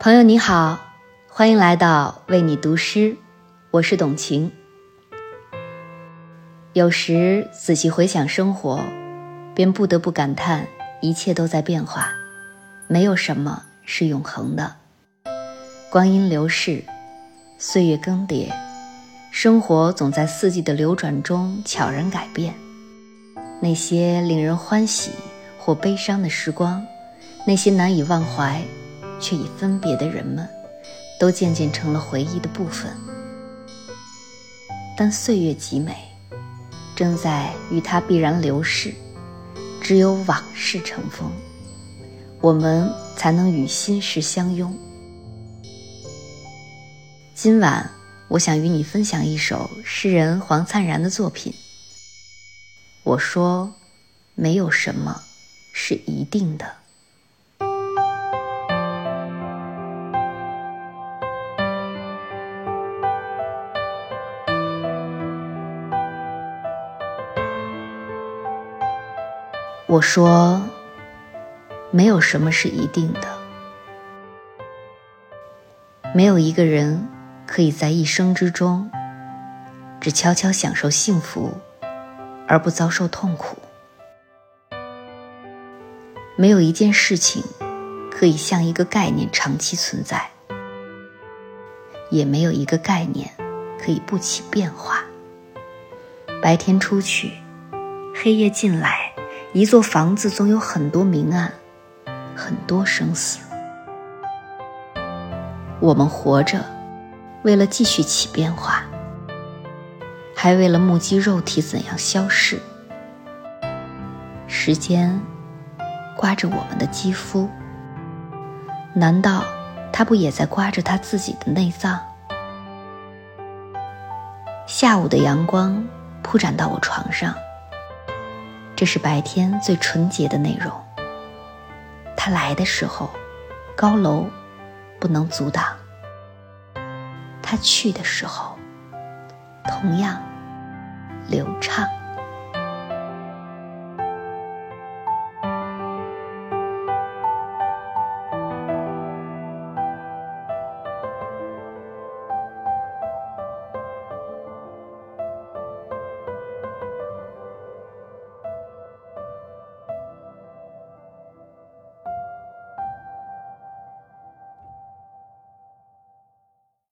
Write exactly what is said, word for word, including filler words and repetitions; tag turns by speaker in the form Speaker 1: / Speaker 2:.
Speaker 1: 朋友你好，欢迎来到为你读诗，我是董晴。有时仔细回想生活，便不得不感叹一切都在变化，没有什么是永恒的。光阴流逝，岁月更迭，生活总在四季的流转中悄然改变。那些令人欢喜或悲伤的时光，那些难以忘怀却已分别的人们，都渐渐成了回忆的部分。但岁月极美，正在与它必然流逝，只有往事成风，我们才能与心事相拥。今晚我想与你分享一首诗人黄灿然的作品。我说，没有什么是一定的。我说，没有什么是一定的。没有一个人可以在一生之中只悄悄享受幸福而不遭受痛苦。没有一件事情可以像一个概念长期存在，也没有一个概念可以不起变化。白天出去，黑夜进来，一座房子总有很多明暗，很多生死。我们活着，为了继续起变化，还为了目击肉体怎样消逝。时间刮着我们的肌肤，难道它不也在刮着它自己的内脏？下午的阳光铺展到我床上，这是白天最纯洁的内容。它来的时候，高楼不能阻挡；它去的时候，同样流畅。